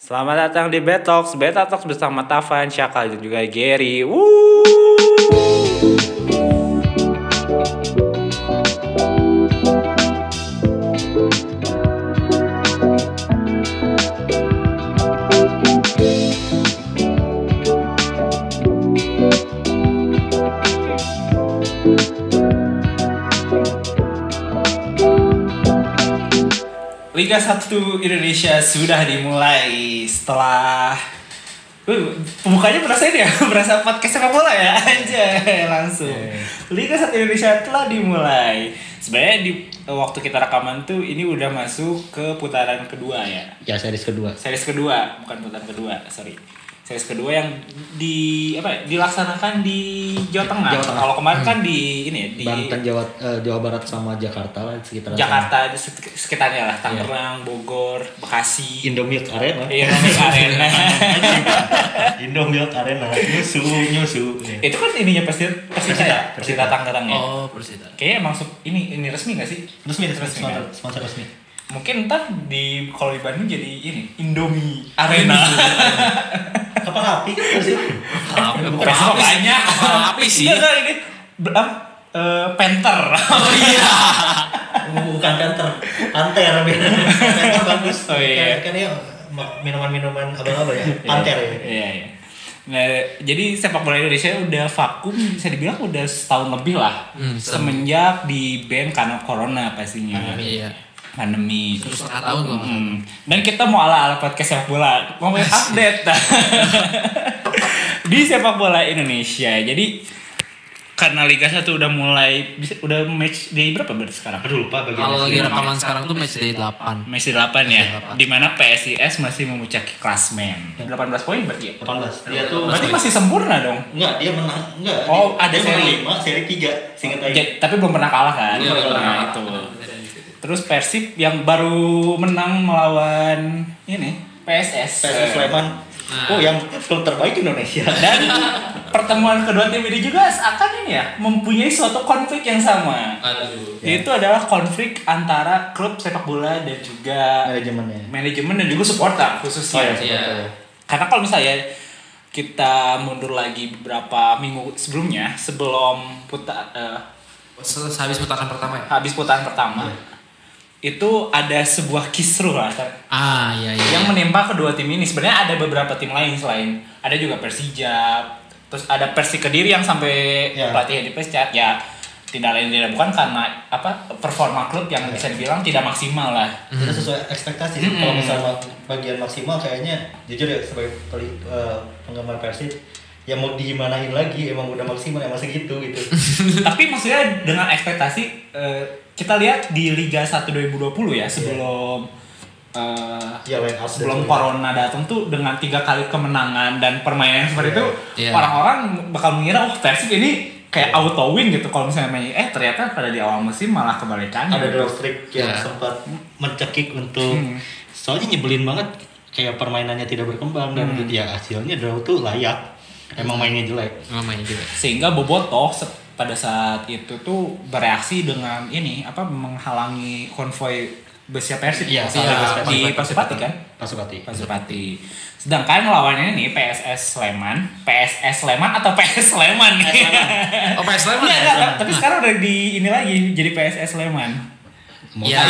Selamat datang di Betox bersama Tavan, Syakal, dan juga Gary. Liga 1 Indonesia sudah dimulai setelah pembukanya berasa ini ya, berasa podcast sepak bola ya, anjay langsung. Liga 1 Indonesia telah dimulai. Sebenarnya di waktu kita rekaman tuh ini udah masuk ke putaran kedua ya. Ya, series kedua. Series kedua, bukan putaran kedua, sorry. Series kedua yang dilaksanakan di Jawa Tengah. Kalau kemarin kan di ini ya, di Banten, Jawa Barat sama Jakarta lah, sekitar Jakarta sekitarnya lah, Tangerang, Bogor, Bekasi. Indomilk Arena. Indomilk Arena. Indomilk Arena. Nyusu. Itu kan ininya Persita Tangerang ya. Oh, Persita. Kayaknya masuk ini resmi nggak sih? Resmi kan? sponsor resmi. Mungkin ntar kalau di Bandung jadi ini Indomie Arena. Kapan api kan Persita? Besok banyak. Api sih. Enggak ini Panther. Oh iya. Bukan Panther, Panther bagus. Oh iya. Kan ya minuman abang-abang ya. Panther ya. Iya. Nah, jadi sepak bola Indonesia udah vakum, bisa dibilang udah setahun lebih lah. Semenjak di ban karena corona pastinya. Pandemi. Terus setengah tahun loh. Dan kita mau ala podcast sepak bola, mau update di sepak bola Indonesia. Jadi karena Liga 1 udah mulai, udah match day berapa berarti sekarang? Aduh, lupa bagian. Kalau lagi rekaman sekarang tuh match day 8. Match day 8 ya. Dimana PSIS masih memuncaki klasmen. 18 poin berarti ya? 18. Dia tuh Berarti masih sempurna dong. enggak, dia menang. Enggak. Oh, ada dia seri. menang 5, seri 3. Seingat aja. Tapi belum pernah kalah kan? Iya, belum pernah. Nah, itu. Terus Persib yang baru menang melawan ini PSS Sleman. Oh, yang klub terbaik Indonesia. Dan pertemuan kedua tim ini juga akan ini ya mempunyai suatu konflik yang sama. Aduh. Itu adalah konflik antara klub sepak bola dan juga manajemen dan juga supporter khususnya. Iya. Karena kalau misalnya kita mundur lagi beberapa minggu sebelumnya, sebelum Habis putaran pertama ya? habis putaran pertama, itu ada sebuah kisruh lah kan, Iya. yang menimpa kedua tim ini. Sebenarnya ada beberapa tim lain selain, ada juga Persija, terus ada Persik Kediri yang sampai pelatihnya dipecat ya. Tidak lain tidak bukan karena performa klub yang bisa dibilang tidak maksimal lah. Tidak sesuai ekspektasi. Kalau misalnya bagian maksimal kayaknya jujur ya sebagai penggemar Persib ya mau digimanain lagi, emang udah maksimal emang segitu gitu. Tapi maksudnya dengan ekspektasi kita lihat di Liga 1 2020 ya sebelum sebelum corona datang tuh dengan 3 kali kemenangan dan permainan seperti itu, orang-orang bakal mengira Persib ini kayak auto win gitu kalau misalnya main. Ternyata pada di awal musim malah kebalikannya. Ada draw streak yang sempat mencekik untuk soalnya nyebelin banget kayak permainannya tidak berkembang dan ya hasilnya draw tuh layak. Emang mainnya jelek. Sehingga Bobotoh pada saat itu tuh bereaksi dengan ini menghalangi konvoi busnya Persib di Pasupati kan? Pasupati. Sedangkan lawannya nih PSS Sleman atau PS Sleman nih. Oh, PS Sleman. Tapi sekarang udah di ini lagi jadi PSS Sleman. Iya.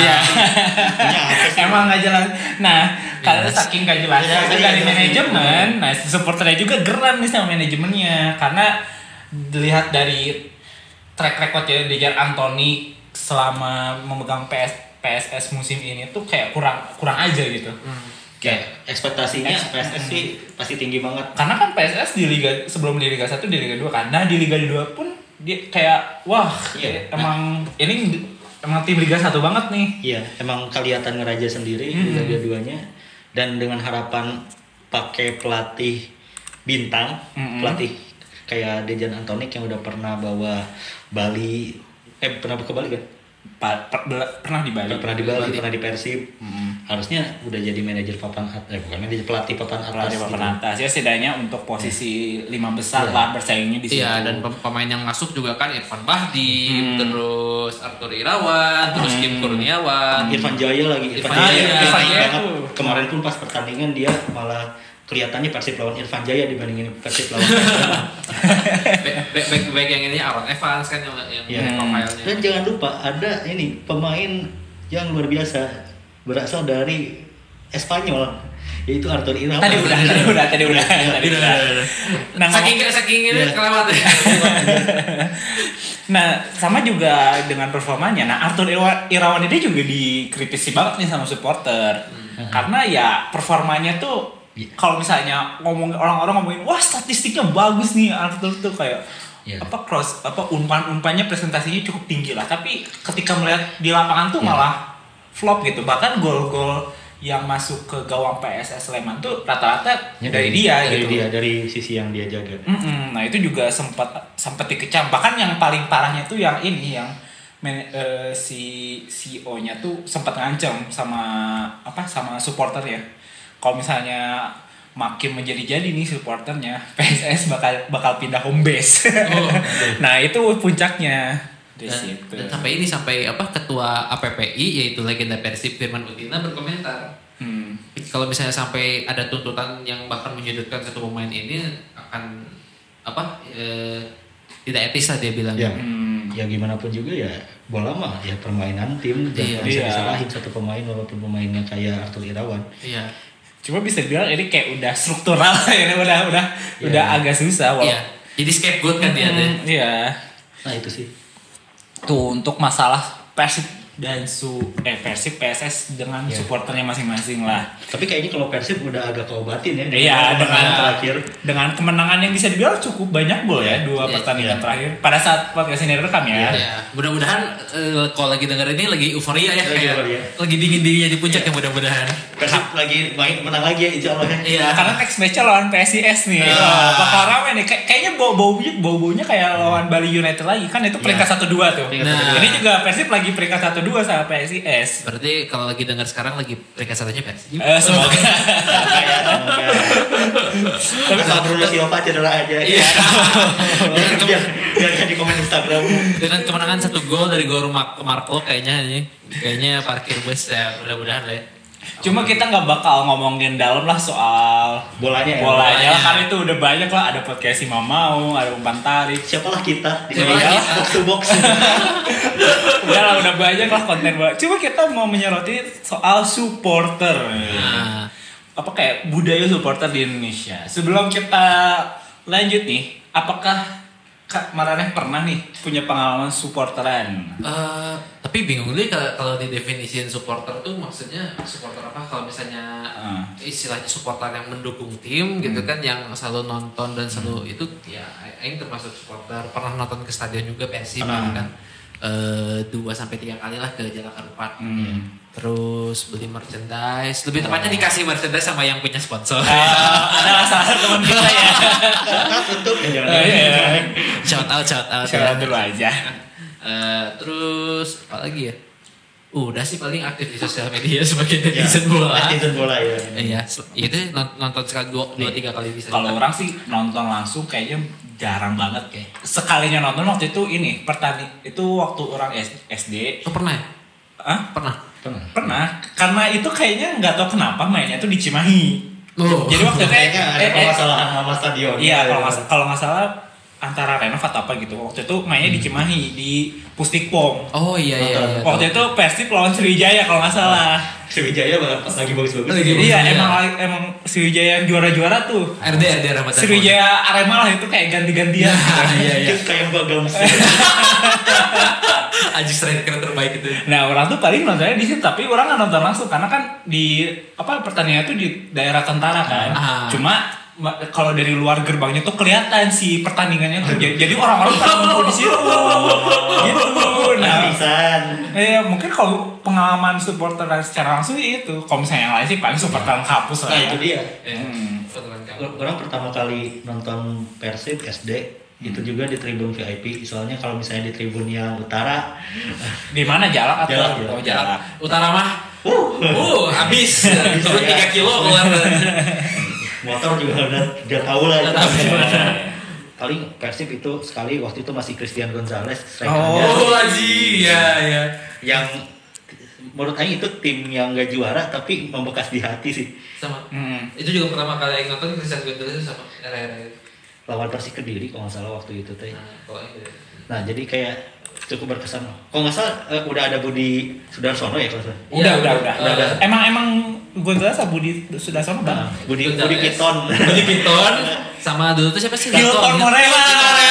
Emang nggak jelas. Nah, karena saking nggak jelasnya dari manajemen, nah supporternya juga geram nih sama manajemennya karena dilihat dari track recordnya Dejan Anthony selama memegang PSS musim ini tuh kayak kurang aja gitu. Kayak ekspektasinya PSS sih pasti tinggi banget. Karena kan PSS di Liga sebelum di Liga 1 di Liga 2 kan. Nah, di Liga 2 pun dia kayak emang tim Liga 1 banget nih. Iya, emang kelihatan ngeraja sendiri Liga 2-nya dan dengan harapan pakai pelatih bintang, pelatih kayak Dejan Antonik yang udah pernah bawa Bali pernah ke Bali kan? Pernah di Bali, pernah di Persib. harusnya udah jadi manajer papan atas, bukan manajer pelatih papan atas. Pelatih papan atas ya setidaknya untuk posisi 5 besar lah bersaingnya di situ. Iya, dan pemain yang masuk juga kan Irfan Bahdim, terus Arthur Irawan, terus Kim Kurniawan, Irfan Jaya lagi. Irfan Jaya banget. Kemarin pun pas pertandingan dia malah kelihatannya Persib lawan Irfan Jaya dibandingin Persib lawan back yang ini Aaron Evans kan yang profilnya. Dan jangan lupa ada ini pemain yang luar biasa berasal dari Espanyol, yaitu Arthur Irawan. Tadi udah. Nah, saking ini kelewat ya. Nah, sama juga dengan performanya. Nah, Arthur Irawan ini juga dikritisi banget nih sama supporter. Karena ya performanya tuh kalau misalnya orang-orang ngomongin wah statistiknya bagus nih Arthur tuh kayak umpan-umpannya presentasinya cukup tinggi lah, tapi ketika melihat di lapangan tuh malah flop gitu. Bahkan gol-gol yang masuk ke gawang PSS Sleman tuh rata-rata dari dia gitu. Dari sisi yang dia jaga. Nah, itu juga sempat dikecam. Bahkan yang paling parahnya tuh yang ini yang si CEO-nya tuh sempat ngancam sama supporter ya. Kalau misalnya makin menjadi-jadi nih supporternya, PSS bakal pindah home base. Nah, itu puncaknya. Dan sampai ketua APPI yaitu legenda Persib Firman Utina berkomentar kalau misalnya sampai ada tuntutan yang bahkan menyudutkan satu pemain ini akan tidak etis lah dia bilang. Ya gimana pun juga ya bola mah ya permainan tim, jangan bisa disalahin satu pemain walaupun pemainnya kayak Arthur Irawan. Iya. Cuma bisa dibilang ini kayak udah struktural ya, udah agak susah. Iya. Jadi scapegoat kan dia. Iya. Nah itu sih. Tuh untuk masalah Persib dan Persib PSS dengan supporternya masing-masing lah. Tapi kayaknya kalau Persib udah agak keobatin ya. Iya, dengan kemenangan yang bisa dibilang cukup banyak gol ya, 2 pertandingan terakhir. Pada saat podcast ini rekam ya. Mudah-mudahan kalau lagi denger ini lagi euforia ya, lagi dingin-dinginnya di puncak ya mudah-mudahan. Persib lagi menang lagi ya insyaallah ya. Iya, karena next match-nya lawan PSIS nih. Bakal rame nih. Kayaknya bau-baunya kayak lawan Bali United lagi. Kan itu peringkat 1-2 tuh. Ini juga Persib lagi peringkat 1-2 sama PSIS. Berarti kalau lagi dengar sekarang lagi peringkat 1-nya Persib. Semoga. Tapi kalau Bruno Silva cedera aja. Iya. Biar di komen Instagram. Dengan kemenangan 1 gol dari gol Marco kayaknya parkir bus ya mudah-mudahan lah ya. Cuma kita nggak bakal ngomongin dalam lah soal bolanya kan itu udah banyak lah, ada podcast si Mamau, ada umpan tarik. Siapalah kita di box to box. udah banyak lah konten bola. Cuma kita mau menyoroti soal supporter. Kayak budaya supporter di Indonesia. Sebelum kita lanjut nih, apakah Kak Maraneh pernah nih punya pengalaman supporteran? Tapi bingung deh kalau didefinisiin supporter tuh maksudnya supporter apa? Kalau misalnya istilahnya supporter yang mendukung tim gitu kan, yang selalu nonton dan selalu itu ya Aing termasuk supporter. Pernah nonton ke stadion juga Persib kan 2-3 kali lah ke Jalak Harupat. Terus beli merchandise, lebih tepatnya dikasih merchandise sama yang punya sponsor. Adalah salah satu teman kita ya. Untuk Shout out dulu aja. Terus apa lagi ya? Udah sih paling aktif di sosial media sebagai netizen bola. Netizen bola ya. Iya, itu nonton sekali 2-3 kali bisa. Kalau orang sih nonton langsung kayaknya jarang banget kayak. Sekalinya nonton waktu itu itu waktu orang SD. Pernah ya? Pernah. Karena itu kayaknya nggak tahu kenapa mainnya tuh di Cimahi. Jadi waktu itu kayaknya ada permasalahan sama stadion. Iya, kalau nggak salah antara renov atau apa gitu. Waktu itu mainnya di Cimahi di Pusdikpom. Oh iya. Waktu itu Persib lawan Sriwijaya kalau nggak salah. Sriwijaya lagi bagus-bagus. Iya, emang Sriwijaya yang juara-juara tuh. RD Rahmat. Sriwijaya Arema lah itu kayak ganti-gantian. Iya. Kayak bagam. Aji striker terbaik itu. Nah, orang tuh paling nontonnya di situ, tapi orang nggak nonton langsung karena kan di pertandingan itu di daerah tentara kan. Cuma kalau dari luar gerbangnya tuh kelihatan si pertandingannya tuh. Jadi orang-orang pada ngumpul di situ. Gitu. Nah, mungkin kalau pengalaman supporter secara langsung itu. Kalau misalnya yang lain sih paling supporter kampus lah. Nah, itu dia. Orang pertama kali nonton Persib SD itu juga di tribun VIP. Soalnya kalau misalnya di tribun yang utara, di mana Jalak atau Jalak. Utara mah Habis turun 3 kilo keluar. Motor juga udah tahu lah. Paling Persib itu sekali waktu itu masih Christian Gonzalez strikernya. Iya. Yang menurut Aing itu tim yang gak juara tapi membekas di hati sih. Sama. Itu juga pertama kali Aing nonton Christian Gonzalez sama era-era itu. Lawan Persik Kediri kalau nggak salah waktu itu teh. Nah, jadi kayak cukup berkesan. Kalau nggak salah udah ada Budi Sudarsono ya kalau salah. Udah. Emang Gonzalez sama Budi Sudarsono bang. Budi Piton. Budi Piton sama dulu tuh siapa sih? Hilton Morera.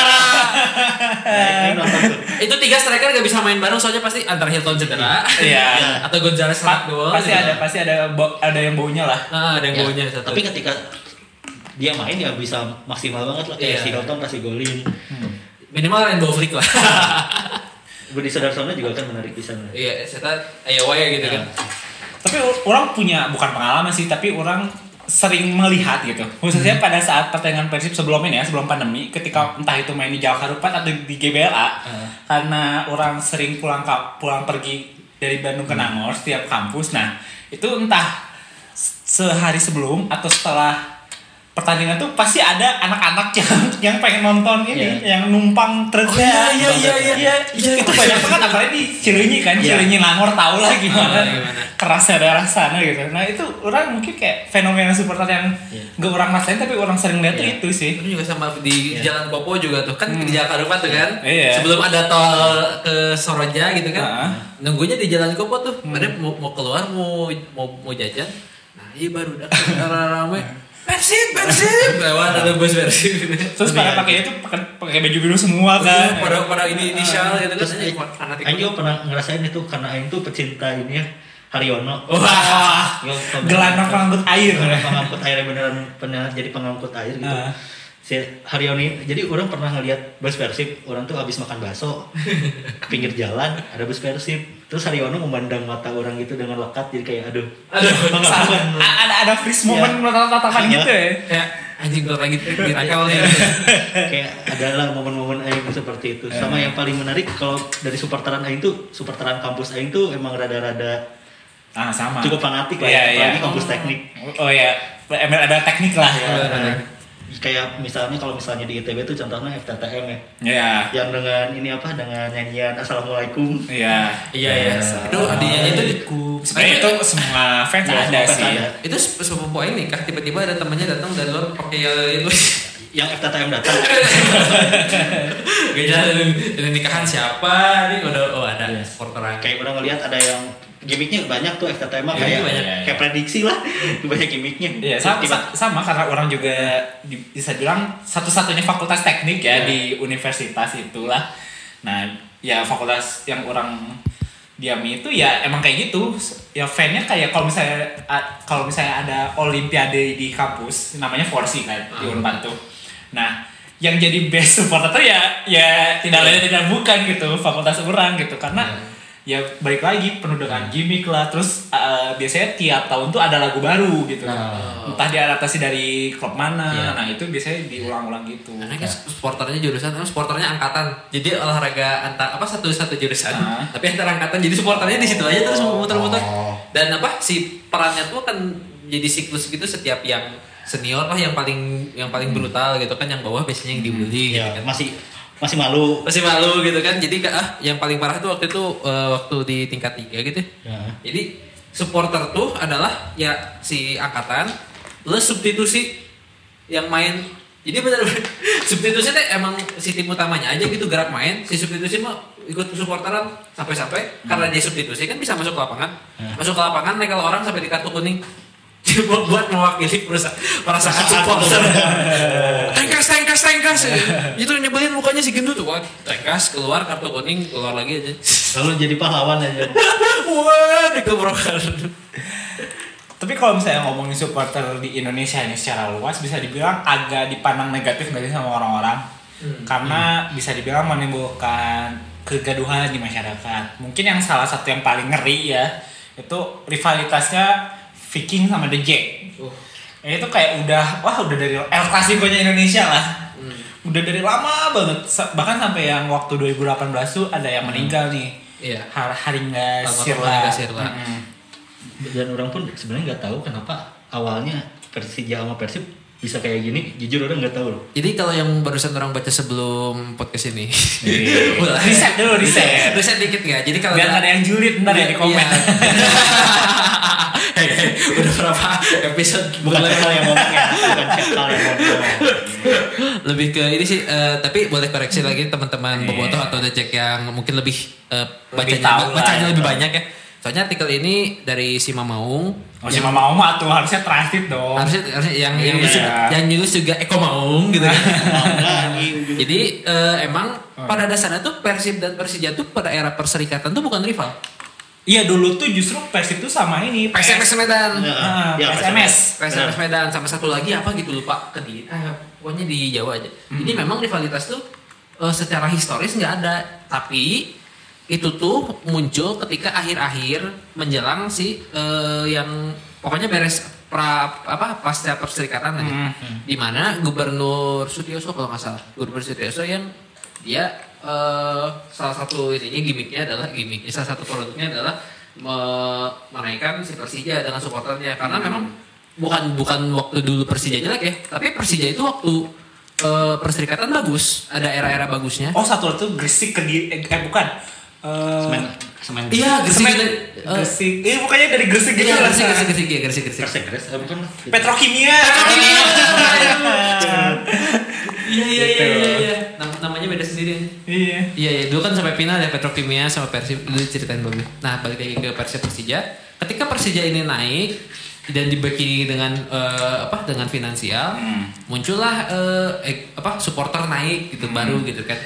Itu 3 striker gak bisa main bareng soalnya pasti antara Hilton cedera. Iya. Atau Gonzalez salah gol. Pasti ada yang baunya lah. Ada yang baunya satu. Tapi ketika dia main ya bisa maksimal banget lah. Kayak si Hilton kasih golin. Minimal rainbow flick lah. Budi Sudarsono juga kan menarik pisan. Iya, saya gitu kan. Tapi orang punya bukan pengalaman sih, tapi orang sering melihat gitu. Khususnya pada saat pertandingan Persib sebelum pandemi, ketika entah itu main di Jawa Harupat atau di GBLA, karena orang sering pulang pergi dari Bandung ke Nangor setiap kampus. Nah, itu entah sehari sebelum atau setelah pertandingan tuh pasti ada anak-anak yang pengen nonton ini, yang numpang truknya. Iya. Itu banyak banget, apalagi di Cileunyi kan, Cileunyi Nangor tahu lah gimana kerasnya daerah sana gitu. Nah itu orang mungkin kayak fenomena supporter yang gak orang rasain tapi orang sering lihat tuh itu sih. Itu juga sama di Jalan Popo juga tuh kan di Jakarta Harupat tuh kan. Sebelum ada tol ke Soroja gitu kan. Nunggunya di Jalan Popo tuh. Padahal mau keluar mau jajan. Nah, iya baru udah rame. Persib lewat ada bus Persib. Terus pada pakai baju biru semua kan. Pada ini inisial gitu kan. Aing juga pernah ngerasain itu karena Aing tuh pecinta ini ya Haryono. Wah. Gelandang pengangkut air. Pengangkut air beneran jadi pengangkut air gitu. Si Haryono jadi orang pernah ngeliat bus Persib, orang tuh habis makan bakso ke pinggir jalan ada bus Persib. Terus Haryono memandang mata orang gitu dengan lekat jadi kayak aduh ada freeze moment tatapan gitu ya. Kayak anjing gue lagi ditackle nih. Kayak adalah momen-momen Aing seperti itu. Sama yang paling menarik kalau dari supporteran Aing tuh, supporteran kampus Aing tuh emang rada-rada sama. Cukup fanatik lah ya, apalagi kampus teknik. Oh iya, emang ada teknik lah. Kayak misalnya kalau misalnya di ITB tuh contohnya FTTM ya. Iya. Yang dengan ini apa? Dengan nyanyian Assalamualaikum. Iya. Itu adanya itu sebenarnya itu semua fans ada sih. Itu sepupu ini nikah tiba-tiba ada temannya datang dari luar pakai itu yang FTTM datang. Gak jelas ini nikahan siapa nih udah ada supporter. Kayak udah ngelihat ada yang gimmicknya banyak tuh FTTM kayak prediksi lah banyak gimmicknya. Iya, sama karena orang juga bisa bilang satu-satunya fakultas teknik ya di universitas itulah. Nah, ya fakultas yang orang diami itu ya emang kayak gitu. Ya fan-nya kayak kalau misalnya ada olimpiade di kampus namanya Forsi kan di Unpad tuh. Nah, yang jadi best supporter tuh ya tidak lain tidak bukan gitu fakultas orang gitu karena ya balik lagi penuh dengan gimmick lah. Terus biasanya tiap tahun tuh ada lagu baru gitu. Entah diadaptasi dari klub mana. Nah itu biasanya diulang-ulang gitu. Karena kan supporternya jurusan, supporternya angkatan. Jadi olahraga satu jurusan. Tapi antar angkatan. Jadi supporternya di situ aja terus muter-muter. Dan si perannya tuh kan jadi siklus gitu setiap yang senior lah yang paling brutal gitu kan, yang bawah biasanya yang dibully gitu kan. Masih malu gitu kan. Jadi yang paling parah tuh waktu itu waktu di tingkat 3 gitu. Jadi supporter tuh adalah ya si angkatan plus substitusi yang main. Jadi benar substitusi tuh emang si tim utamanya aja gitu gerak main, si substitusi mah ikut supporteran sampai karena dia substitusi kan bisa masuk ke lapangan. Masuk ke lapangan nekel orang sampai di kartu kuning. Buat mewakili perasaan supporter. Tengkas itu nyebelin mukanya si gendut tuh. Tengkas keluar kartu kuning keluar lagi aja. Lalu jadi pahlawan aja. Wah dikeprokan. Tapi kalau misalnya ngomongin supporter di Indonesia ini secara luas bisa dibilang agak dipandang negatif nggak sih sama orang-orang. Karena bisa dibilang menimbulkan kegaduhan di masyarakat. Mungkin yang salah satu yang paling ngeri ya itu rivalitasnya Viking sama The Jack. Itu kayak udah dari El Clasico-nya Indonesia lah. Udah dari lama banget. Bahkan sampai yang waktu 2018 tuh ada yang meninggal nih. Iya. Haringga Sirla. Dan orang pun sebenarnya nggak tahu kenapa awalnya Persija sama Persib bisa kayak gini, jujur orang nggak tahu loh. Jadi kalau yang barusan orang baca sebelum podcast ini, riset dikit nggak? Jadi kalau biar ada yang julid ntar ya di komen. Udah berapa episode? Bukan hal yang ngomong ya, bukan hal yang ngomong. Lebih ke ini sih, tapi boleh koreksi lagi teman-teman bobotoh atau Dejek yang mungkin lebih bacanya lebih banyak ya. Soalnya artikel ini dari si Mamaung. Si Mamaung mah tuh harusnya transit dong. Harusnya yang nulis juga Eko Maung gitu kan. Jadi emang pada dasarnya tuh Persib dan Persija tuh pada era perserikatan tuh bukan rival. Iya dulu tuh justru Persib tuh sama ini PSMS Medan. PSMS Medan sama satu lagi apa gitu lupa pokoknya di Jawa aja. Jadi memang rivalitas tuh secara historis nggak ada, tapi itu tuh muncul ketika akhir-akhir menjelang yang pokoknya beres pasca perserikatan aja. Di mana Gubernur Sutioso kalau nggak salah, Gubernur Sutioso yang dia salah satu gimmicknya salah satu produknya adalah menaikkan si Persija dengan supporternya, karena memang bukan waktu dulu Persija jelek ya, tapi Persija itu waktu perserikatan bagus, ada era-era bagusnya. Oh satu itu Gresik bukan. Semen. Iya, Gresik. Iya, bukannya dari Gresik gitu. Gresik. Bukan. Petrokimia. Iya. Namanya beda sendiri. Iya. Dulu kan sampai final ya Petrokimia sama Persib, dulu ceritain bagus. Nah, balik lagi ke Persib Persija. Ketika Persija ini naik dan dibacking dengan dengan finansial, muncullah supporter naik gitu baru gitu kan.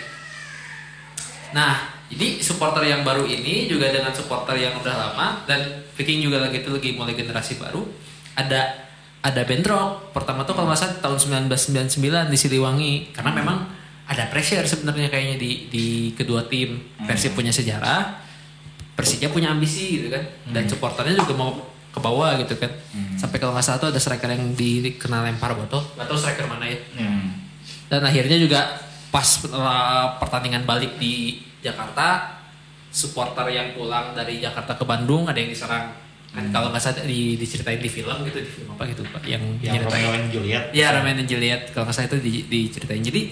Nah, jadi supporter yang baru ini juga dengan supporter yang udah lama, dan Viking juga lagi mulai generasi baru, ada bentrok. Pertama tuh kalau nggak salah tahun 1999 di Siliwangi, karena memang ada pressure sebenarnya kayaknya di kedua tim. Persib punya sejarah, Persija punya ambisi gitu kan, dan supporternya juga mau ke bawah gitu kan. Sampai kalau nggak salah tuh ada striker yang dikenal lempar botol, nggak tahu striker mana ya. Dan akhirnya juga pas pertandingan balik di Jakarta, supporter yang pulang dari Jakarta ke Bandung ada yang diserang. Kan kalau nggak salah diceritain di film gitu, di film apa gitu Pak, yang Romeo and Juliet. Iya, Romeo and Juliet kalau nggak salah itu diceritain. Jadi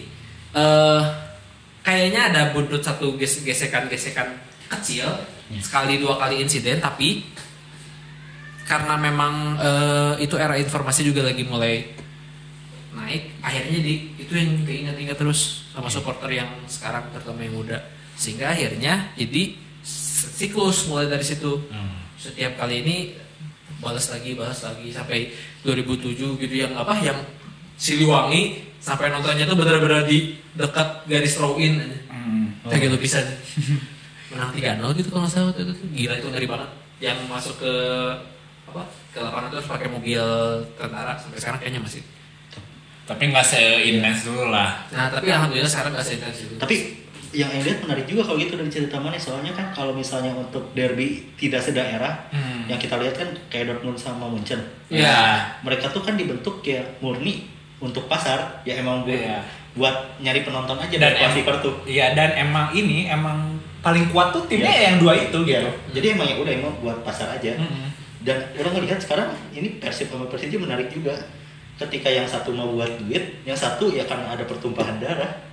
kayaknya ada buntut satu gesekan kecil, sekali dua kali insiden, tapi karena memang itu era informasi juga lagi mulai naik, akhirnya itu yang keinget-inget terus sama supporter yang sekarang terutama yang muda, sehingga akhirnya jadi siklus mulai dari situ. Setiap kali ini balas lagi sampai 2007 gitu, yang Siliwangi sampai nontonnya tuh benar-benar di dekat garis throw in aja. Kayak gitu bisa menang 3-0 gitu kalau nggak salah itu gila, itu ngeri banget. Yang masuk ke lapangan itu harus pakai mobil tentara, sampai sekarang kayaknya masih. Tapi nggak se-intens dulu lah. Nah, tapi alhamdulillah sekarang nggak se-intens dulu. Tapi yang saya lihat menarik juga kalau gitu dari cerita Mane, soalnya kan kalau misalnya untuk derby tidak sedaerah, yang kita lihat kan kayak Dortmund sama Munchen. Iya. Mereka tuh kan dibentuk kayak murni untuk pasar, ya emang buat nyari penonton aja dan Klaseker tuh. Iya, dan emang paling kuat tuh timnya yang dua itu gitu. Jadi emang buat pasar aja. Dan orang ngelihat sekarang ini Persib sama Persija menarik juga. Ketika yang satu mau buat duit, yang satu ya karena ada pertumpahan darah.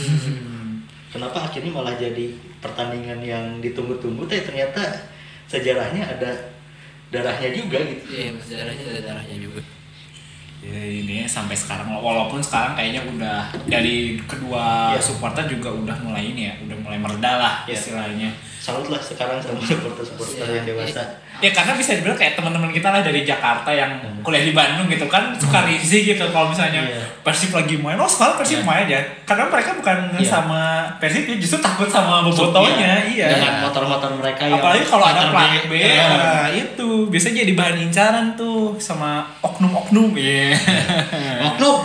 Kenapa akhirnya malah jadi pertandingan yang ditunggu-tunggu, ternyata sejarahnya ada darahnya juga gitu. Iya, sejarahnya ada darahnya juga. Ya, ini sampai sekarang, walaupun sekarang kayaknya udah dari kedua supporter juga udah mulai udah mulai mereda lah istilahnya. Salut lah sekarang sama supporter yang dewasa. Ya karena bisa dibilang kayak teman-teman kita lah dari Jakarta yang kuliah di Bandung gitu kan suka risih gitu kalau misalnya Persib lagi main, sekarang Persib main aja. Karena mereka bukan sama Persib, justru takut sama bobotonya. Dengan motor-motor mereka yang apalagi kalau ada plat B, itu biasanya jadi bahan incaran tuh sama oknum-oknum. Oknum.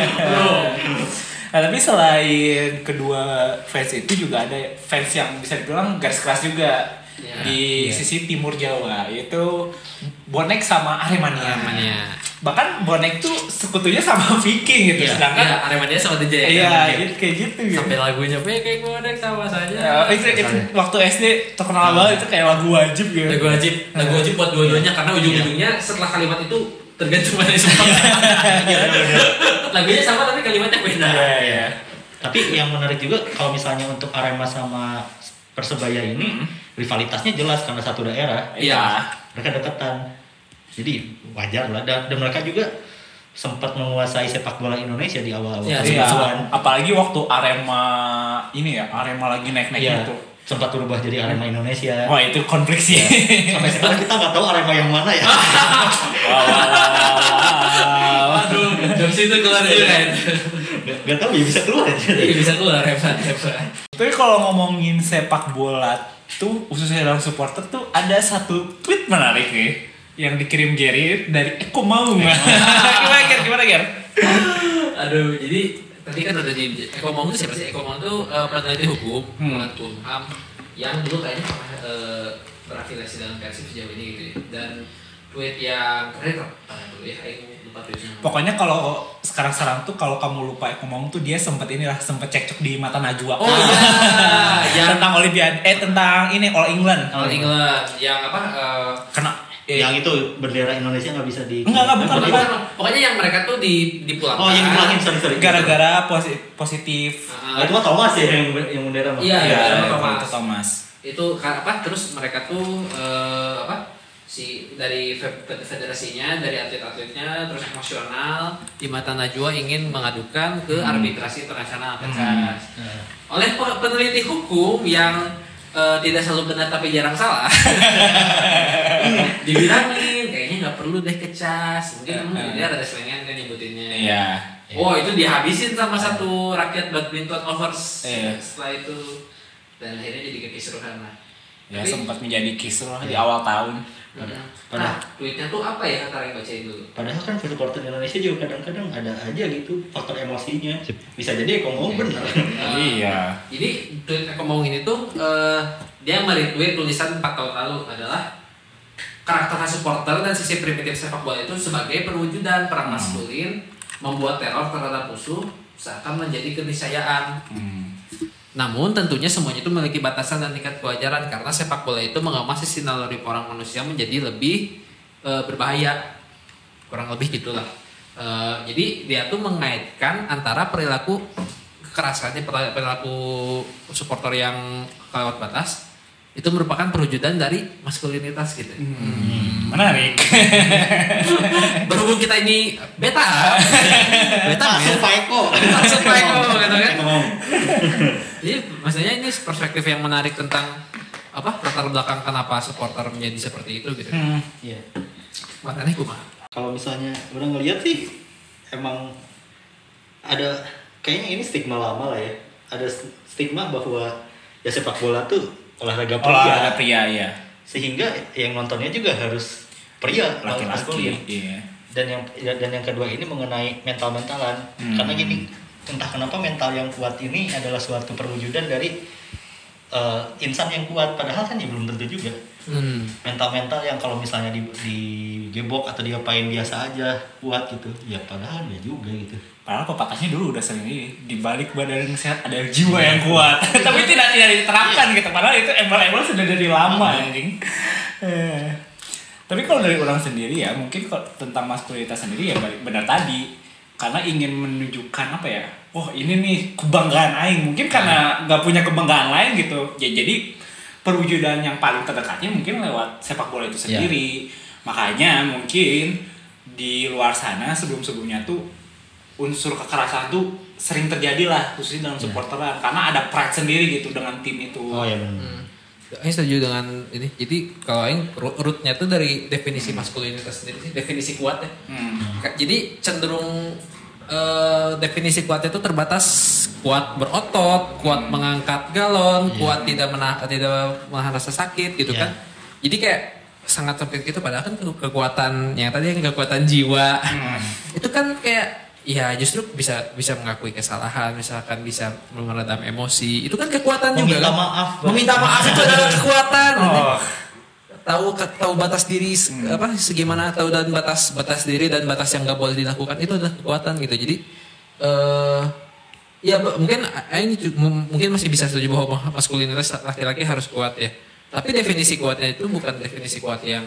Nah, tapi selain kedua fans itu juga ada fans yang bisa dibilang garis keras juga di sisi timur Jawa, yaitu bonek sama Aremania. bahkan bonek tuh sekutunya sama Viking gitu, sedangkan Aremania sama DJ. Gitu, kayak gitu. Sampai lagunya kayak bonek sama saja. Itu waktu SD terkenal banget, itu kayak lagu wajib gitu. Lagu wajib buat dua-duanya karena ujung-ujungnya setelah kalimat itu tergantung mana semua. Lagunya sama tapi kalimatnya beda. Iya. Tapi yang menarik juga kalau misalnya untuk Arema sama Persebaya ini rivalitasnya jelas karena satu daerah. Iya. Mereka dekatan. Jadi wajar lah, dan mereka juga sempat menguasai sepak bola Indonesia di awal-awal. Iya. Apalagi waktu Arema lagi naik-naik itu. Sempat berubah jadi Arema Indonesia. Wah, itu konflik sih. Sampai sekarang kita nggak tahu Arema yang mana ya. Aduh, jam situ keluar juga kan. Gak tahu ya, bisa keluar aja. Iya, bisa keluar hebat. Tapi kalau ngomongin sepak bola tuh, khususnya dalam supporter tuh, ada satu tweet menarik nih yang dikirim Gary dari Eko Maung. Gimana Ger? Aduh, jadi tadi kan udah di Eko Maung itu siapa sih? Eko Maung itu peneliti hukum, Kumham, yang dulu kayaknya pernah berafiliasi dengan Persib sejauh ini gitu ya. Dan tweet yang keren dulu ya, aku lupa tweetnya. Pokoknya kalau sekarang tuh kalau kamu lupa Eko Maung tuh dia sempat cekcok di Mata Najwa. Oh iya, tentang Olimpiade, tentang ini All England. Yang apa? Kena yang itu bendera Indonesia nggak bisa di. Enggak, bukan. Pokoknya yang mereka tuh dipulangkan. Oh, yang dipulangin, sorry. Gara-gara positif. Itu mah Thomas ya yang bendera mah. Iya, Thomas. Itu apa? Terus mereka tuh dari federasinya, dari atlet-atletnya, terus emosional di Mata Najwa ingin mengadukan ke arbitrasi internasional Texas. Oleh peneliti hukum yang tidak selalu benar tapi jarang salah. Dibilangin kayaknya nggak perlu deh kecas, mungkin dia ada selengean kan nyebutinnya. Iya. Oh, itu dihabisin sama satu rakyat badminton lovers setelah itu, dan akhirnya jadi kekisruhan lah. Ya, sempat menjadi kisruh di awal tahun. Nah, tweetnya tuh apa ya, antara yang bacain dulu. Padahal kan supporter Indonesia juga kadang-kadang ada aja gitu faktor emosinya. Bisa jadi Eko Maung bener. Iya. Jadi tweet Eko Maung ini tuh dia meretweet tulisan 4 tahun lalu adalah karakter supporter dan sisi primitif sepak bola itu sebagai perwujudan peran maskulin membuat teror terhadap musuh seakan menjadi keniscayaan. Namun tentunya semuanya itu memiliki batasan dan tingkat kewajaran karena sepak bola itu mengemas sisi naluri orang manusia menjadi lebih berbahaya, kurang lebih gitulah. Jadi dia tuh mengaitkan antara perilaku kekerasan, perilaku supporter yang kelewat batas itu merupakan perwujudan dari maskulinitas gitu. Menarik. Berhubung kita ini beta Masuk Pak Eko gitu kan. Jadi maksudnya ini perspektif yang menarik tentang apa latar belakang kenapa supporter menjadi seperti itu gitu. Iya. Makanya kumaha. Kalau misalnya udah ngelihat sih emang ada kayaknya ini stigma lama lah ya. Ada stigma bahwa ya sepak bola tuh olahraga pria ya. Sehingga yang nontonnya juga harus pria, laki-laki. Iya. Dan yang kedua ini mengenai mental-mentalan. Karena gini, entah kenapa mental yang kuat ini adalah suatu perwujudan dari insan yang kuat, padahal kan ya belum tentu juga. Mental-mental yang kalau misalnya digebok atau diapain biasa aja kuat gitu, ya padahal ya juga gitu. Padahal pepatahnya dulu udah sering di balik badan yang sehat ada jiwa yang kuat. Tapi tidak diterapkan gitu. Padahal itu embel-embel sudah dari lama anjing. Tapi kalau dari orang sendiri ya, mungkin tentang maskulinitas sendiri ya benar tadi. Karena ingin menunjukkan apa ya? Oh, ini nih kebanggaan aing. Mungkin karena nggak punya kebanggaan lain gitu. Ya, jadi perwujudan yang paling terdekatnya mungkin lewat sepak bola itu sendiri. Makanya mungkin di luar sana sebelum-sebelumnya tuh unsur kekerasan tuh sering terjadi lah, khususnya dalam supporteran, karena ada pride sendiri gitu dengan tim itu. Oh ya benar. Saya setuju dengan ini. Jadi kalau yang rootnya tuh dari definisi maskulinitas sendiri sih, definisi kuat ya. Jadi cenderung definisi kuatnya itu terbatas kuat berotot, kuat mengangkat galon, kuat tidak menahan rasa sakit gitu kan. Jadi kayak sangat sempit gitu, padahal kan kekuatan yang tadi yang kekuatan jiwa itu kan kayak ya justru bisa mengakui kesalahan, misalkan bisa meredam emosi, itu kan kekuatan juga kan. Maaf. Meminta maaf itu adalah kekuatan. tahu batas diri apa segimana, tahu dan batas diri dan batas yang nggak boleh dilakukan, itu adalah kekuatan gitu. Jadi ya mungkin masih bisa setuju bahwa maskulinitas laki-laki harus kuat ya. Tapi definisi kuatnya itu bukan definisi kuat yang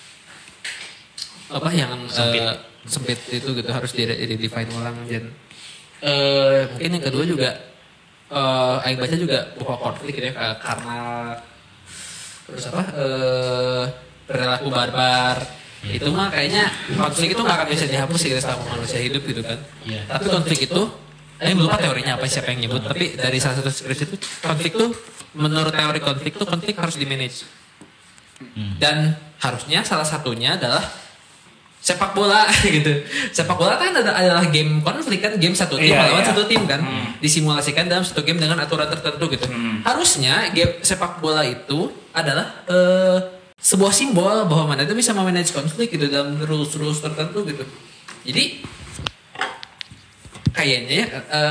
sempit itu gitu, harus di-define orang. Dan mungkin yang kedua juga Aing baca juga bahwa konflik gitu ya, karena terus perilaku barbar itu mah kayaknya konflik itu nggak akan bisa dihapus gitu selama manusia hidup gitu kan. Tapi konflik itu Aing lupa teorinya apa, siapa yang nyebut, tapi dari salah satu skripsi itu konflik tuh, menurut teori konflik harus di manage. Dan harusnya salah satunya adalah sepak bola gitu. Sepak bola kan adalah game konflik kan, game satu tim melawan satu tim kan, disimulasikan dalam satu game dengan aturan tertentu gitu. Harusnya game sepak bola itu adalah sebuah simbol bahwa mana itu bisa memanage konflik gitu dalam rules tertentu gitu. Jadi kayaknya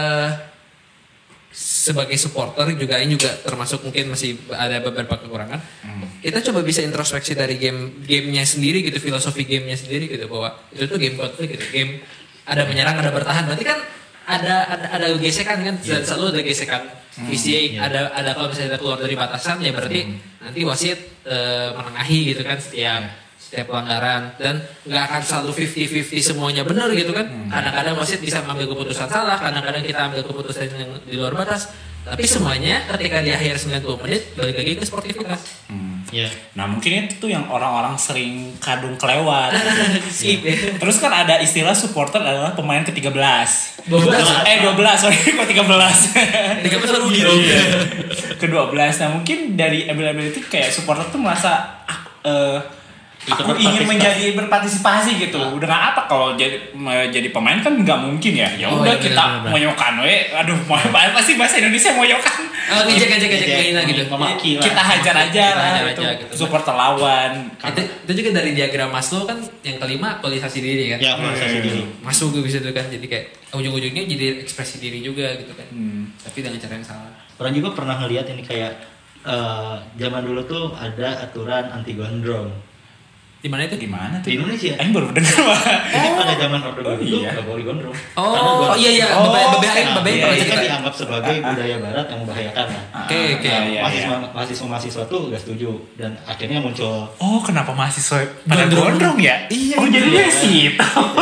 sebagai supporter juga ini juga termasuk mungkin masih ada beberapa kekurangan. Kita coba bisa introspeksi dari gamenya sendiri gitu, filosofi gamenya sendiri gitu, bahwa itu tuh game konflik gitu, game ada menyerang ada bertahan, berarti kan ada gesekan kan, selalu ada gesekan visi, ada kalau misalnya keluar dari batasan ya berarti nanti wasit menengahi gitu kan setiap pelanggaran, dan nggak akan selalu 50-50 semuanya benar gitu kan. Kadang-kadang wasit bisa mengambil keputusan salah, kadang-kadang kita ambil keputusan yang di luar batas, tapi semuanya ketika di akhir 90 menit balik lagi ke sportivitas. Nah mungkin itu tuh yang orang-orang sering kadung kelewat. Terus kan ada istilah supporter adalah pemain ke-13. 12 sorry kok 13 baru gitu. Ke-12. Nah mungkin dari embel-embel itu kayak supporter tuh merasa aku ingin menjadi berpartisipasi gitu. Dengan apa kalau jadi pemain kan nggak mungkin ya. Ya udah kita moyokan aduh pasti bahasa Indonesia moyokan. Ngejek gitu. Kita hajar aja lah gitu. Supporter lawan. Itu juga dari diagram Maslow kan, yang kelima aktualisasi diri kan. Ya, aktualisasi diri. Masuk bisa tuh kan, jadi kayak ujung-ujungnya jadi ekspresi diri juga gitu kan. Tapi dengan cara yang salah. Orang juga pernah ngeliat ini kayak zaman dulu tuh ada aturan anti gondrong. Di mana itu? Gimana tuh? Di Indonesia. Baru dengar Pak. Jadi pada zaman Orde Baru itu nggak boleh gondrong. Iya. Ini kan dianggap sebagai budaya Barat yang membahayakan. Oke. Mahasiswa tuh nggak setuju, dan akhirnya muncul. Kenapa mahasiswa pada gondrong ya? Iya. Jadi dia sih.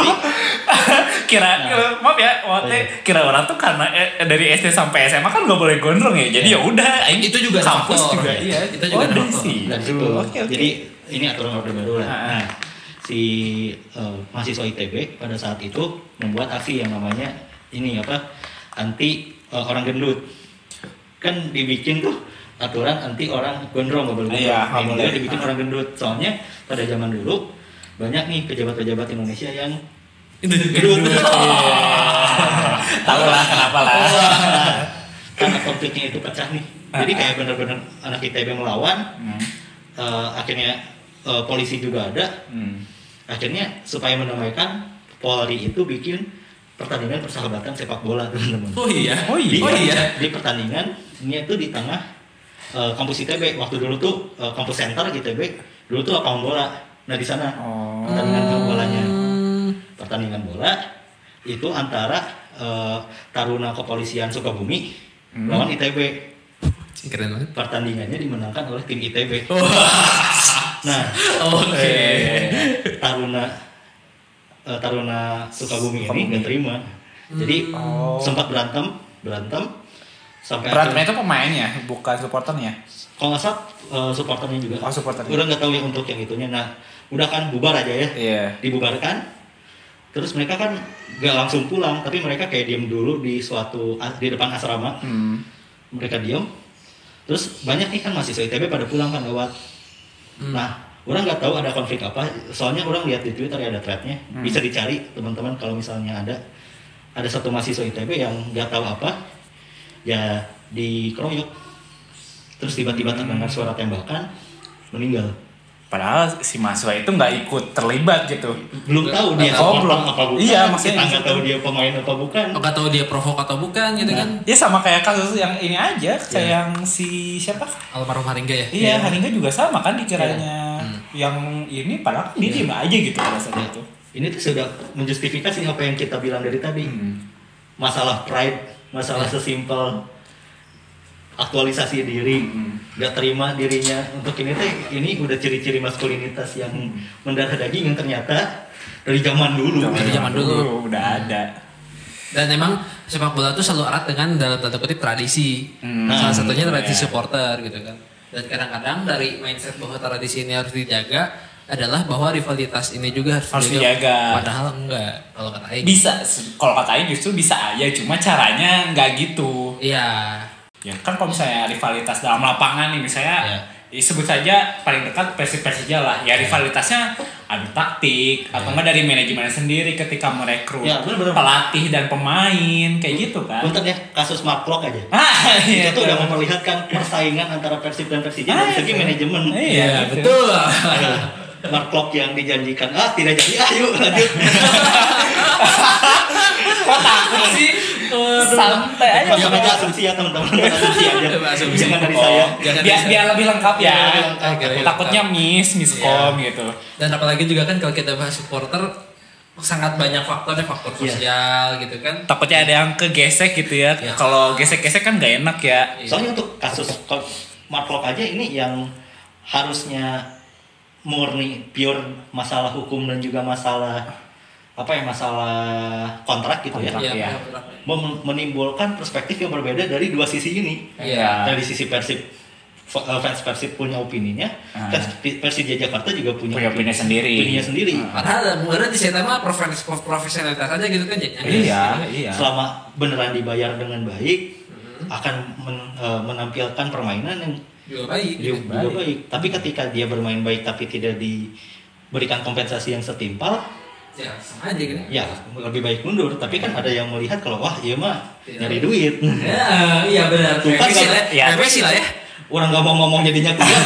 Maaf ya, kira orang tuh karena dari SD sampai SMA kan nggak boleh gondrong ya. Jadi ya udah. Itu juga kampus juga. Iya. Itu juga Jadi ini aturan Orde Baru lah. Nah, si mahasiswa ITB pada saat itu membuat aksi yang namanya anti orang gendut. Kan dibikin tuh aturan anti orang gondrong, nggak boleh. Iya, dibikin orang gendut. Soalnya pada zaman dulu banyak nih pejabat-pejabat Indonesia yang gendut. Tahu lah kenapa lah. Karena konfliknya itu pecah nih. Jadi kayak benar-benar anak ITB melawan. Akhirnya polisi juga ada. Akhirnya supaya mendamaikan, Polri itu bikin pertandingan persahabatan sepak bola, teman-teman. Oh iya. Di pertandingan ini itu di tengah kampus ITB. Waktu dulu tuh kampus center ITB dulu tuh lapangan bola. Nah di sana pertandingan bolanya. Pertandingan bola itu antara Taruna Kepolisian Sukabumi lawan ITB. Keren banget. Pertandingannya dimenangkan oleh tim ITB. Nah, Taruna Sukabumi ini nggak terima. Jadi sempat berantem sampai berantemnya itu pemainnya, bukan supporternya. Kalau nggak salah supporternya juga. Supporternya. Udah nggak tahu ya untuk yang itunya. Nah, udah kan bubar aja ya. Iya. Dibubarkan. Terus mereka kan nggak langsung pulang, tapi mereka kayak diem dulu di depan asrama. Mereka diem. Terus banyak nih kan mahasiswa ITB pada pulang kan lewat. Nah, orang nggak tahu ada konflik apa. Soalnya orang lihat di Twitter ada threadnya. Bisa dicari teman-teman kalau misalnya ada satu mahasiswa ITB yang nggak tahu apa, ya dikeroyok. Terus tiba-tiba terdengar suara tembakan, meninggal. Padahal si mahasiswa itu nggak ikut terlibat gitu. Belum tahu dia supporter apa bukan. Iya, maksudnya nggak tahu dia pemain apa bukan. Nggak tahu dia provok atau bukan gitu kan. Ya sama kayak kasus yang ini aja, kayak yang si siapa? Almarhum Haringga ya. Iya, Haringga juga sama kan dikiranya yang ini padahal kan dia diem aja gitu pada saat itu. Ini tuh sudah menjustifikasi apa yang kita bilang dari tadi. Masalah pride, masalah sesimpel aktualisasi diri, gak terima dirinya untuk ini udah ciri-ciri maskulinitas yang mendarah daging yang ternyata dari zaman dulu. Dari zaman dulu udah ada. Dan memang sepak bola itu selalu erat dengan dalam tanda kutip tradisi. Salah satunya tradisi supporter gitu kan. Dan kadang-kadang dari mindset bahwa tradisi ini harus dijaga adalah bahwa rivalitas ini juga harus dijaga. Padahal enggak. Kalau kata Aing. Bisa, kalau kata Aing justru bisa aja, cuma caranya nggak gitu. Iya. Ya kan kalau misalnya rivalitas dalam lapangan nih misalnya sebut saja paling dekat Persija lah. Ya rivalitasnya adu taktik atau enggak dari manajemen sendiri ketika merekrut pelatih dan pemain kayak gitu kan. Bentar ya, kasus Mark Klok aja. Itu tuh udah memperlihatkan persaingan antara Persib dan Persija dari segi manajemen. Iya, betul. Mark Klok yang dijanjikan tidak jadi, ayo lanjut. Kok takut sih? Santai aja. Jangan aja asumsi ya teman-teman. Asumsi aja. Jangan dari saya. Biar lebih lengkap ya. Takutnya miskom gitu. Dan apalagi juga kan kalau kita bahas supporter sangat banyak faktornya, faktor sosial gitu kan. Takutnya ada yang kegesek gitu ya. Kalau gesek-gesek kan gak enak ya. Soalnya untuk kasus Mark Klok aja ini yang harusnya murni pure masalah hukum dan juga masalah masalah kontrak gitu ya. Menimbulkan perspektif yang berbeda dari dua sisi ini. Dari sisi Persib, fans Persib punya opininya, fans Persija Jakarta juga punya opini sendiri. Padahal mungkin di sana mah profesionalitas aja gitu kan. Iya. Selama beneran dibayar dengan baik, akan menampilkan permainan yang juga baik. Tapi ketika dia bermain baik tapi tidak diberikan kompensasi yang setimpal, ya sama aja gitu. Ya lebih baik mundur. Tapi kan ada yang melihat kalau wah iya mah nyari duit. Iya benar. Profesi lah ya. Orang nggak mau ngomong jadinya kuat.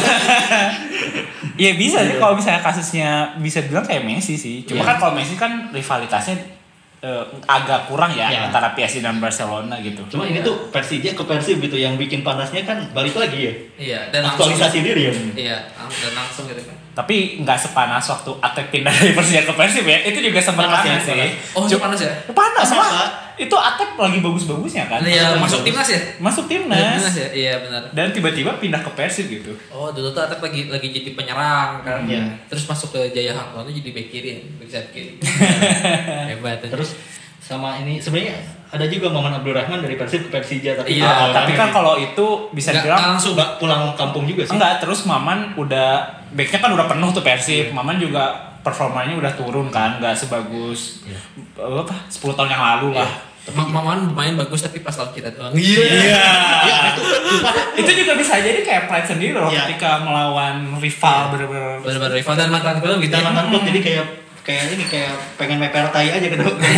Iya bisa sih kalau misalnya kasusnya bisa bilang kayak Messi sih. Cuma kan kalau Messi kan rivalitasnya agak kurang ya antara PSG dan Barcelona gitu. Cuma ini tuh Persija ke Persib gitu yang bikin panasnya kan balik lagi ya. Iya, dan aktualisasi diri ya. Iya, dan langsung gitu kan. Tapi nggak sepanas waktu Atlet pindah dari Persija ke Persib ya. Itu juga sempat panas sih. Oh, cuma panas ya? Panas lah. Itu Atlet lagi bagus-bagusnya kan. Iya, masuk timnas ya? Masuk timnas ya? Iya, benar. Dan tiba-tiba pindah ke Persib gitu. Oh, dulu tuh Atlet lagi jadi penyerang kan. Iya. Terus masuk ke Jaya Hartono jadi bek kiri, bek sayap kiri. Hebat. Terus sama ini sebenarnya ada juga Maman Abdurrahman dari Persib ke Persija tapi tapi kan kalau itu bisa dibilang langsung pulang kampung juga sih. Enggak, terus Maman udah backnya kan udah penuh tuh Persib. Maman juga performanya udah turun kan, nggak sebagus 10 tahun yang lalu lah. Maman main bagus tapi pas lawan kita doang. Iya. Itu juga bisa jadi kayak pride sendiri loh ketika melawan rival benar-benar rival dan mantan klub gitu. Mantan klub jadi kayak pengen meper tai aja ke depan.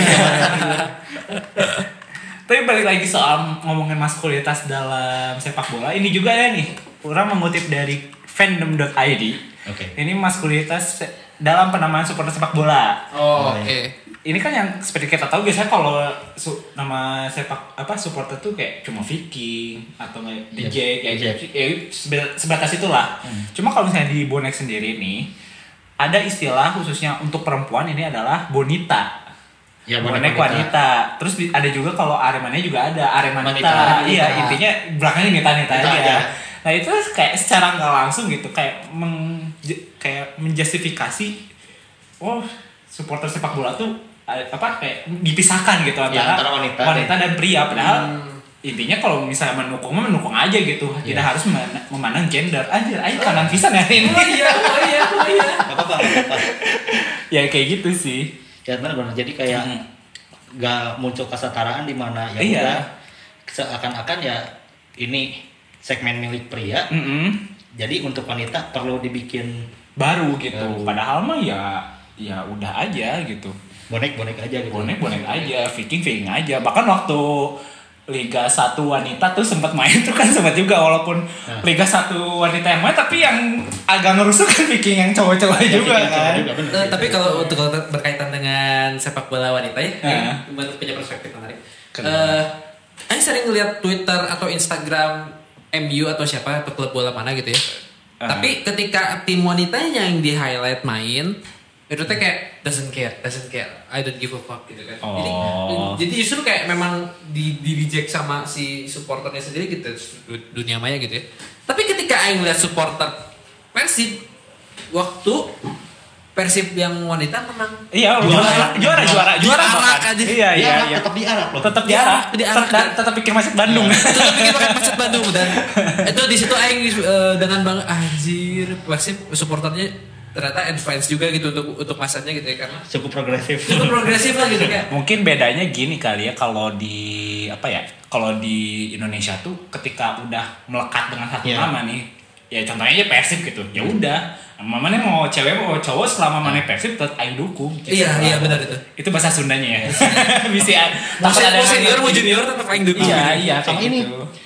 Tapi balik lagi soal ngomongin maskulinitas dalam sepak bola, ini juga ya nih, orang mengutip dari fandom.id. Ini maskulinitas dalam penamaan supporter sepak bola. Ini kan yang seperti kita tahu biasanya kalau nama supporter tuh kayak cuma Viking atau DJ sebatas itulah. Cuma kalau misalnya di bonek sendiri nih ada istilah khususnya untuk perempuan, ini adalah bonita. Ya, bonek wanita. Terus ada juga kalau Aremania juga ada Aremanita. Iya, intinya belakangnya nita aja. Nah, itu kayak secara nggak langsung gitu kayak menjustifikasi supporter sepak bola tuh kayak dipisahkan gitu antara wanita dan pria. Padahal intinya kalau misalnya mendukung aja gitu, tidak harus memandang gender. Anjir, ayo kanan pisan ya ini. Oh iya. Apa-apa. Ya kayak gitu sih. Ya benar. Jadi kayak nggak muncul kesetaraan di mana ya udah seakan-akan ya ini segmen milik pria. Jadi untuk wanita perlu dibikin baru gitu. Padahal mah ya udah aja gitu. Bonek aja gitu. Bonek aja, Viking aja. Bahkan waktu Liga 1 wanita tuh sempat main tuh kan sempat juga walaupun Liga 1 wanita yang main tapi yang agak ngerusuh kan Viking yang cowok-cowok juga kan. Tapi kalau untuk berkaitan dengan sepak bola wanita ya, punya perspektif menarik. Saya sering lihat Twitter atau Instagram MU atau siapa atau klub bola mana gitu ya. Tapi ketika tim wanitanya yang di highlight main, itu tuh kayak doesn't care, I don't give a fuck gitu kan. Jadi justru kayak memang di reject sama si supporternya sendiri gitu, dunia maya gitu ya. Tapi ketika Aing lihat supporter Persib waktu Persib yang wanita menang. Iya, juara aja. Iya. Tetap diarak loh. Tetap diarak. Tetap pikir macet Bandung. Tetap pikir macet Bandung dan itu di situ aing dengan bang anjir Persib supporternya ternyata advance juga gitu untuk masanya gitu ya karena cukup progresif lah gitu kan. Mungkin bedanya gini kali ya kalau di kalau di Indonesia tuh ketika udah melekat dengan satu nama nih, ya contohnya aja Persib gitu, ya udah mamanya mau cewek mau cowok selama mana Persib tetap aing dukung. Iya benar itu. Itu bahasa Sundanya ya. Bisa mau senior mau junior tetap aing dukung. Iya sama gitu. ini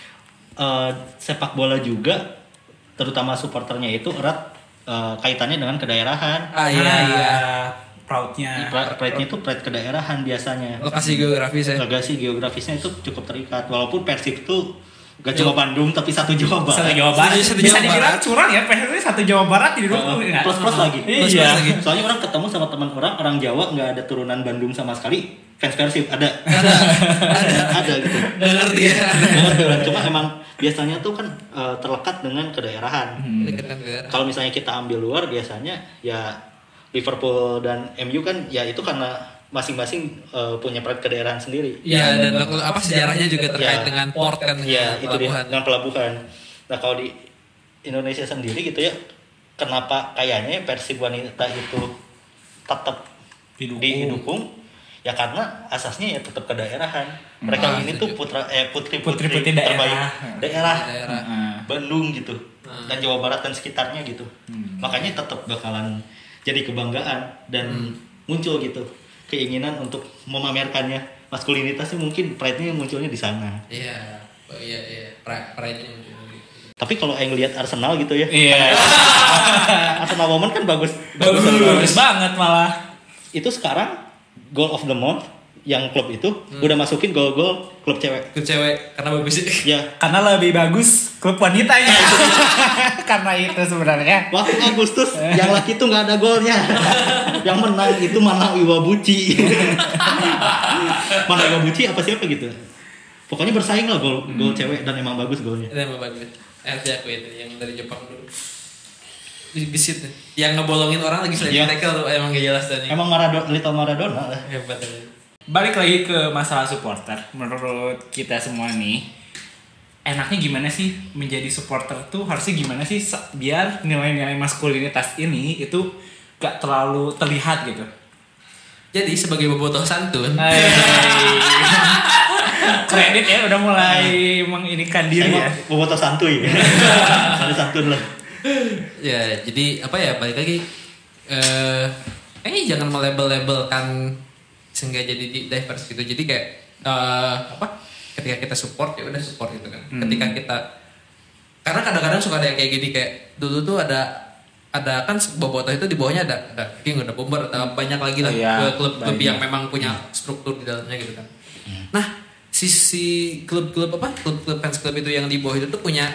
sepak bola juga terutama supporternya itu erat kaitannya dengan kedaerahan. Iya. Proudnya. Pride-nya itu pride kedaerahan biasanya. Lokasi geografisnya itu cukup terikat. Walaupun Persib itu gak cuma Bandung tapi satu Jawa Barat. Satu Jawa Barat. Bisa dibilang curang ya, Persib itu satu Jawa Barat di dulu. Plus lagi. Iya. Soalnya orang ketemu sama teman orang Jawa nggak ada turunan Bandung sama sekali. Fans Persib ada gitu. Ngerti ya. Cuma emang biasanya tuh kan terlekat dengan kedaerahan. Kalau misalnya kita ambil luar biasanya ya Liverpool dan MU kan ya itu karena masing-masing punya kedaerahan sendiri. Iya dan apa sejarahnya juga terkait dengan port kan ya, itu dengan pelabuhan. Nah kalau di Indonesia sendiri gitu ya, kenapa kayaknya Persib wanita itu tetap didukung? Ya karena asasnya ya tetap kedaerahan. Mereka ini tuh putri terbaik daerah. Bandung gitu dan Jawa Barat dan sekitarnya gitu. Makanya tetap bakalan jadi kebanggaan dan muncul gitu keinginan untuk memamerkannya. Maskulinitasnya mungkin pride-nya munculnya di sana. Iya. Pride-nya muncul. Tapi kalau yang lihat Arsenal gitu ya. Iya. Arsenal Women kan bagus banget malah. Itu sekarang goal of the month yang klub itu udah masukin gol-gol klub cewek. Klub cewek karena bagus sih. Ya. Karena lebih bagus klub wanitanya. Karena itu sebenarnya. Waktu Agustus yang laki itu nggak ada golnya. Yang menang itu Mana Iwabuchi. Mana Iwabuchi apa siapa gitu. Pokoknya bersaing lah gol cewek dan emang bagus golnya. Emang bagus. Aku itu yang dari Jepang dulu. Gesit nih. Yang ngebolongin orang lagi selain tackle tuh emang gak jelas dan. Emang Little Maradona lah. Hebat. Balik lagi ke masalah supporter. Menurut kita semua nih, enaknya gimana sih menjadi supporter tuh harusnya gimana sih biar nilai-nilai maskulinitas ini itu gak terlalu terlihat gitu. Jadi sebagai bobotoh santun. Kredit ya udah mulai menginikan diri ya. Bobotoh santuy. Ada santun lah. Ya jadi apa ya balik lagi jangan melabel-labelkan sehingga jadi diverse gitu. Jadi kayak ketika kita support ya udah support gitu kan. Ketika kita karena kadang-kadang suka ada yang kayak gini kayak dulu tuh ada kan bobotoh itu di bawahnya ada King, ada Bomber, ada banyak lagi lah klub yang memang punya struktur di dalamnya gitu kan. Nah sisi klub-klub fans club itu yang di bawah itu tuh punya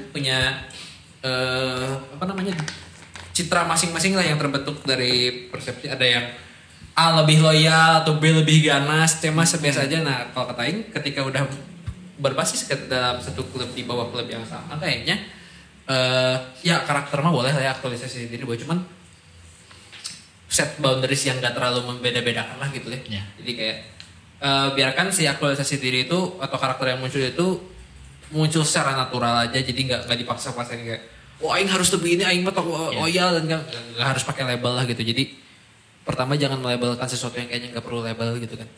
citra masing-masing lah yang terbentuk dari persepsi. Ada yang A lebih loyal atau B lebih ganas, C mas biasa aja. Nah kalau kata Aing ketika udah berbasis dalam satu klub di bawah klub yang sama kayaknya ya karakter mah boleh lah ya aktualisasi diri boleh, cuman set boundaries yang gak terlalu membeda-bedakan lah gitu ya. Jadi kayak biarkan si aktualisasi diri itu atau karakter yang muncul itu muncul secara natural aja, jadi nggak dipaksa-paksain kayak Aing harus lebih ini, Aing mah loyal dan nggak harus pakai label lah gitu. Jadi pertama jangan melabelkan sesuatu yang kayaknya nggak perlu label gitu kan.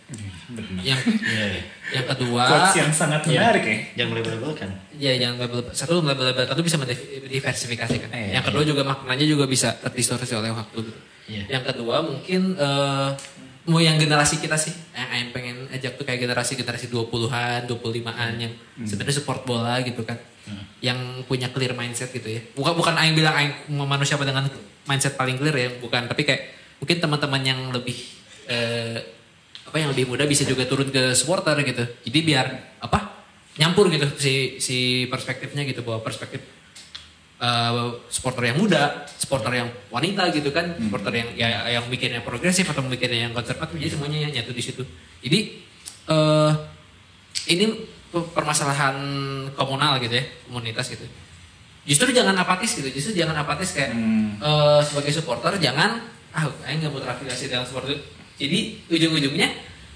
Yang kedua quotes yang sangat menarik ya. Jangan melabelkan. Ya jangan label. Satu melabel itu bisa mendiversifikasikan. Yang kedua juga maknanya juga bisa terdistorsi oleh waktu gitu. Yang kedua mungkin mau yang generasi kita sih yang pengen ajak tuh kayak generasi 20-an, 25-an yang sebenarnya support bola gitu kan. Yang punya clear mindset gitu ya. Bukan aing bilang aing manusia dengan mindset paling clear ya, bukan, tapi kayak mungkin teman-teman yang lebih yang lebih muda bisa juga turun ke supporter gitu. Jadi biar nyampur gitu si perspektifnya gitu, bahwa perspektif supporter yang muda, supporter yang wanita gitu kan, supporter yang yang bikinnya progresif atau bikinnya yang konservatif, jadi semuanya yang nyatu di situ. Jadi ini permasalahan komunal gitu ya, komunitas gitu. Justru jangan apatis gitu, kayak sebagai supporter jangan aing nggak mau terafiliasi dengan supporter. Jadi ujung-ujungnya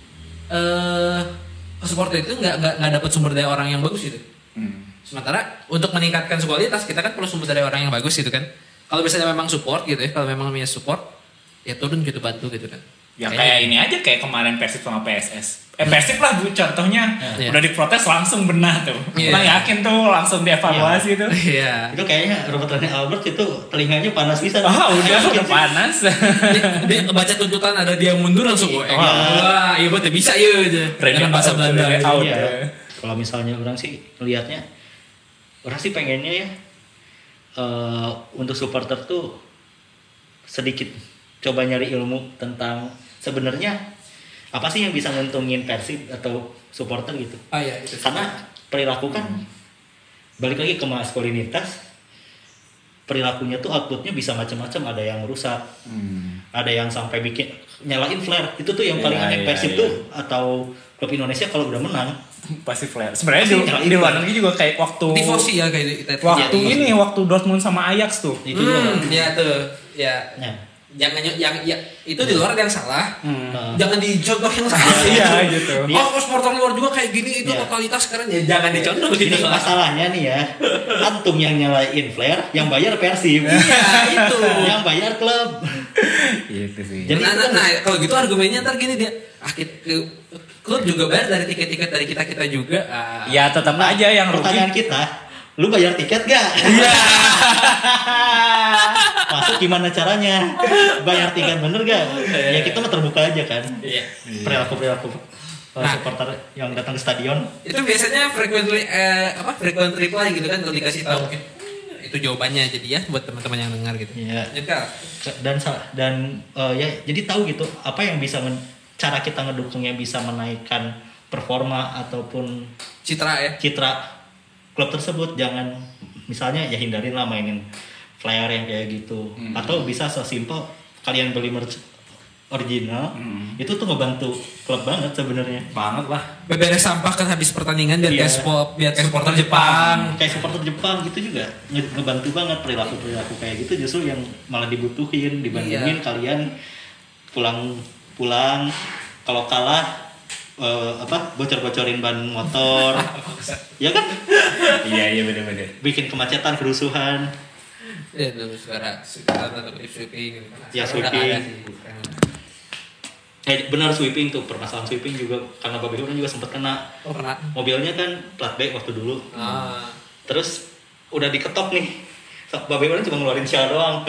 supporter itu nggak dapat sumber daya orang yang bagus gitu. Sementara untuk meningkatkan kualitas kita kan perlu sumber daya orang yang bagus gitu kan. Kalau misalnya memang support gitu ya, kalau memang punya support ya turun gitu, bantu gitu kan. Ya kayak ini aja, kayak kemarin Persib sama PSS. Persib lah bu, contohnya udah diprotes langsung benah tuh. Orang yakin tuh langsung dievaluasi tuh. Itu kayaknya Robert Rene Albert itu telinganya panas bisa. Udah panas. Dia baca tuntutan ada dia mundur langsung wah, iya betul bisa ya aja. Dengan bahasa Belanda. Kalau misalnya orang sih lihatnya, orang sih pengennya ya untuk supporter tuh sedikit coba nyari ilmu tentang sebenarnya apa sih yang bisa nguntungin Persib atau supporter gitu. Itu. Karena perilaku kan balik lagi ke maskulinitas, perilakunya tuh outputnya bisa macam-macam, ada yang merusak, ada yang sampai bikin nyalain flare. Itu tuh yang paling aneh Persib tuh atau klub Indonesia kalau udah menang pasti flare. Sebenarnya di luar negeri juga kayak waktu tifosi ya kayak itu. Waktu Dortmund sama Ajax tuh. Itu ya tuh. Ya. Jangan yang itu di luar yang salah. Jangan dicontoh yang salah. Iya gitu. Supporter luar juga kayak gini itu totalitas sekarang ya jangan dicontoh gitu. Ini masalahnya nih ya. Antum yang nyalain flare, yang bayar Persib. Iya, itu. Yang bayar klub. Itu sih. Jadi kalau gitu argumennya ntar gini dia. Klub juga bayar dari tiket-tiket dari kita juga. Ya tetap aja yang rugi. Pertanyaan kita, lu bayar tiket gak? Iya. Masuk gimana caranya? Bayar tiket bener gak? Ya kita mah terbuka aja kan. Perilaku supporter yang datang ke stadion. Itu biasanya frequent reply gitu kan, kalau dikasih tahu itu jawabannya jadi ya buat teman-teman yang dengar gitu. Iya. Dan ya jadi tahu gitu apa yang bisa cara kita ngedukungnya bisa menaikkan performa ataupun citra klub tersebut. Jangan misalnya ya hindarin lah mainin flyer yang kayak gitu, atau bisa sesimpel kalian beli merch original. Itu tuh ngebantu klub banget sebenarnya. Banget lah. Beberes sampah kan habis pertandingan biar kayak supporter Jepang. Kayak supporter Jepang gitu juga ngebantu banget. Perilaku kayak gitu justru yang malah dibutuhin dibandingin kalian pulang kalau kalah bocor-bocorin ban motor. Ya kan? Iya benar. Bikin kemacetan, kerusuhan. Ya itu suara tanda kutip sweeping. Ya sweeping. Benar sweeping tuh, permasalahan sweeping juga karena Babe kan juga sempat kena. Pernah. Mobilnya kan plat B waktu dulu. Terus udah diketok nih. Babe kan cuma ngeluarin sial doang.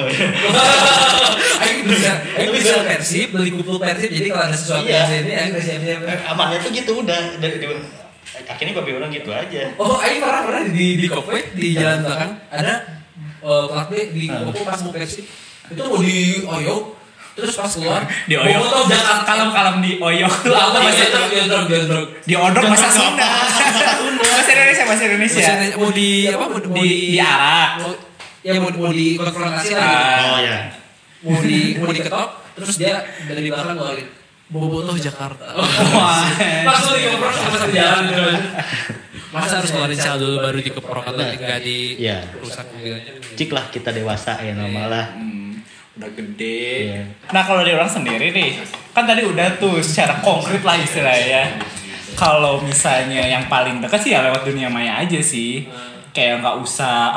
Ayo bisa Persib, beli kumpul Persib. Jadi kalau ada sesuatu yang ini, ayo siap-siap. Amannya tuh gitu udah. Akhirnya Babe orang gitu aja. Ayo pernah di Kopek di jalan belakang ada plat B di Kopek pas mau Persib. Itu mau di Oyok. Terus pas keluar di Oyok tuh jangan kalem di Oyok tuh apa di Odok bahasa Sunda. Bahasa Indonesia. Mau di apa? Mau di Arak. Ya mau di konfrontasi lah. Ya. Mau diketok terus dia dari belakang ngeluarin Bobotoh Jakarta. Langsung dikeprok sama jalan gitu. Masa harus ngeluarin sel dulu baru dikeprok atau enggak di rusak mobilnya. Cik lah kita dewasa ya malah. Udah gede. Nah kalau di orang sendiri nih, kan tadi udah tuh secara konkret lah istilahnya. Kalau misalnya yang paling dekat sih ya lewat dunia maya aja sih. Kayak nggak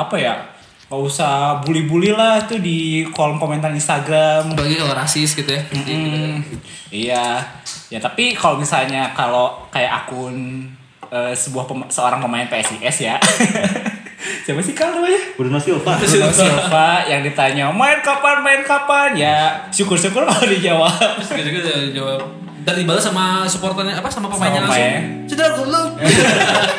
usah bully-bully lah tuh di kolom komentar Instagram. Bagi kalau rasis gitu ya. Iya. Ya tapi kalau misalnya kayak akun seorang pemain PSIS ya. Siapa sih kalau namanya? Bruno Silva yang ditanya main kapan ya syukur-syukur kalau dijawab. Dari balas sama supporternya sama pemainnya langsung. Sudah goblok.